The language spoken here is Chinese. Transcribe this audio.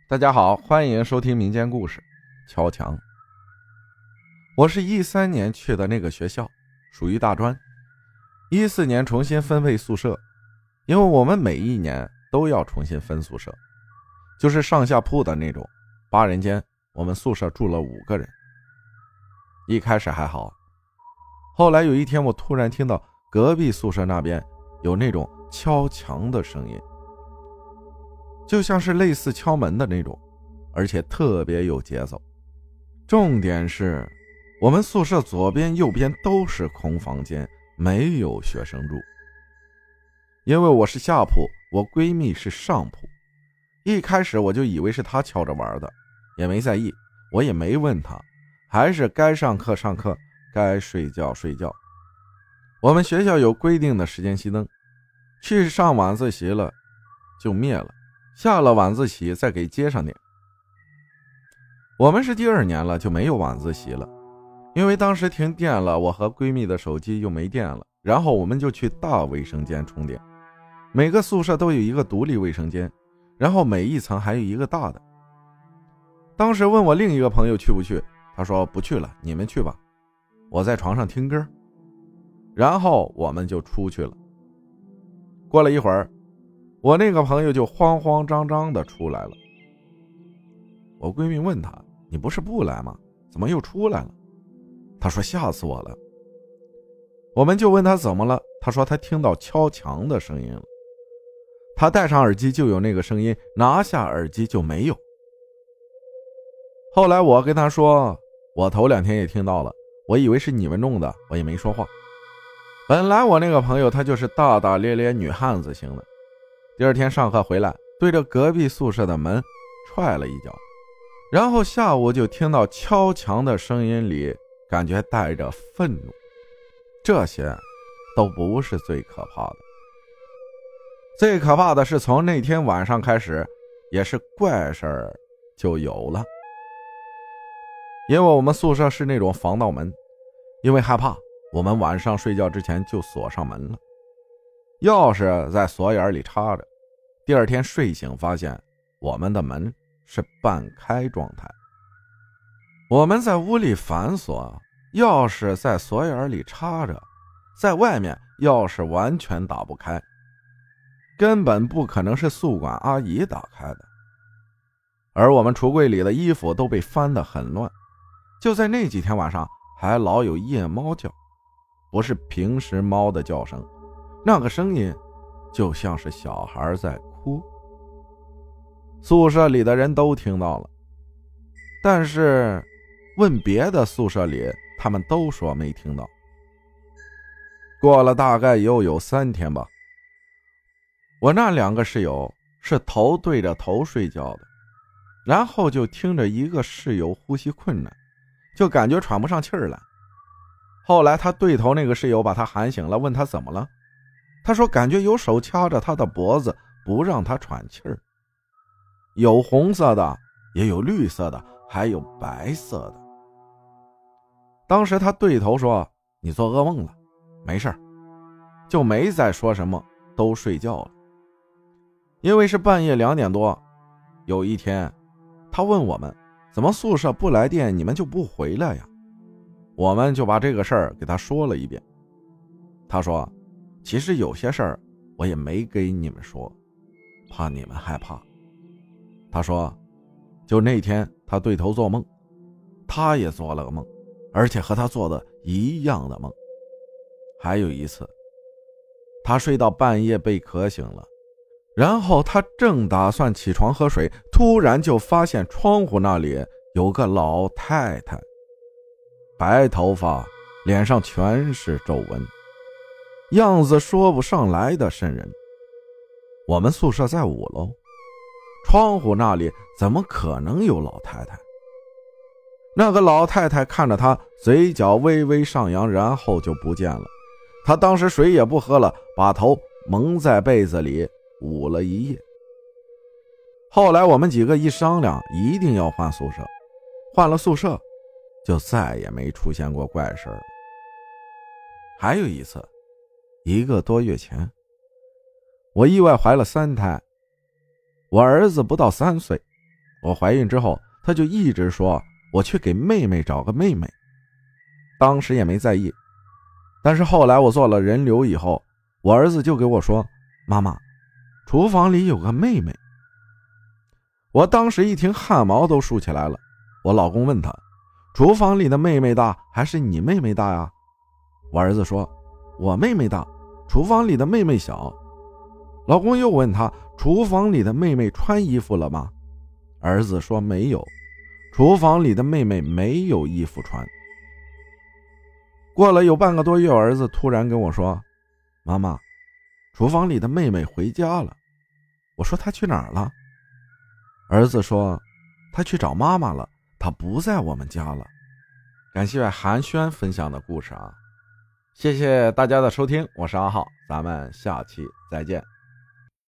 大家好，欢迎收听民间故事敲墙。我是13年去的那个学校，属于大专。14年重新分配宿舍，因为我们每一年都要重新分宿舍，就是上下铺的那种8人间，我们宿舍住了5个人。一开始还好，后来有一天我突然听到隔壁宿舍那边有那种敲墙的声音，就像是类似敲门的那种，而且特别有节奏。重点是我们宿舍左边右边都是空房间，没有学生住。因为我是下铺，我闺蜜是上铺，一开始我就以为是她敲着玩的，也没在意，我也没问她，还是该上课上课，该睡觉睡觉。我们学校有规定的时间熄灯，去上晚自习了就灭了，下了晚自习再给接上点。我们是第2年了就没有晚自习了，因为当时停电了，我和闺蜜的手机又没电了，然后我们就去大卫生间充电。每个宿舍都有一个独立卫生间，然后每一层还有一个大的。当时问我另一个朋友去不去，他说不去了，你们去吧，我在床上听歌。然后我们就出去了。过了一会儿，我那个朋友就慌慌张张的出来了。我闺蜜问他，你不是不来吗？怎么又出来了？他说吓死我了。我们就问他怎么了，他说他听到敲墙的声音了。他戴上耳机就有那个声音，拿下耳机就没有。后来我跟他说，我头2天也听到了，我以为是你们弄的，我也没说话。本来我那个朋友他就是大大咧咧女汉子型的，第2天上课回来，对着隔壁宿舍的门踹了一脚，然后下午就听到敲墙的声音里感觉带着愤怒。这些都不是最可怕的，最可怕的是从那天晚上开始，也是怪事儿就有了。因为我们宿舍是那种防盗门，因为害怕，我们晚上睡觉之前就锁上门了，钥匙在锁眼里插着。第2天睡醒发现我们的门是半开状态，我们在屋里反锁，钥匙在锁眼里插着，在外面钥匙完全打不开，根本不可能是宿管阿姨打开的。而我们橱柜里的衣服都被翻得很乱，就在那几天晚上还老有夜猫叫，不是平时猫的叫声，那个声音就像是小孩在哭。宿舍里的人都听到了，但是问别的宿舍里，他们都说没听到。过了大概又有3天吧，我那2个室友是头对着头睡觉的，然后就听着一个室友呼吸困难，就感觉喘不上气儿来。后来他对头那个室友把他喊醒了，问他怎么了，他说感觉有手掐着他的脖子不让他喘气儿，有红色的也有绿色的还有白色的。当时他对头说你做噩梦了，没事儿，就没再说什么，都睡觉了。因为是半夜2点多，有一天他问我们怎么宿舍不来电你们就不回来呀？我们就把这个事儿给他说了一遍。他说其实有些事儿我也没给你们说，怕你们害怕。他说就那天他对头做梦，他也做了个梦，而且和他做的一样的梦。还有一次他睡到半夜被渴醒了，然后他正打算起床喝水，突然就发现窗户那里有个老太太，白头发，脸上全是皱纹，样子说不上来的瘆人。我们宿舍在5楼，窗户那里怎么可能有老太太？那个老太太看着他，嘴角微微上扬，然后就不见了。他当时水也不喝了，把头蒙在被子里捂了一夜。后来我们几个一商量，一定要换宿舍。换了宿舍就再也没出现过怪事了。还有一次1个多月前，我意外怀了3胎，我儿子不到3岁， 我怀孕之后，他就一直说我去给妹妹找个妹妹，当时也没在意。但是后来我做了人流以后，我儿子就给我说，妈妈，厨房里有个妹妹。我当时一听汗毛都竖起来了。我老公问他，厨房里的妹妹大还是你妹妹大呀？我儿子说，我妹妹大，厨房里的妹妹小。老公又问他，厨房里的妹妹穿衣服了吗？儿子说没有，厨房里的妹妹没有衣服穿。过了有半个多月，我儿子突然跟我说，妈妈，厨房里的妹妹回家了。我说她去哪儿了？儿子说，她去找妈妈了，她不在我们家了。感谢韩轩分享的故事啊，谢谢大家的收听，我是阿浩，咱们下期再见。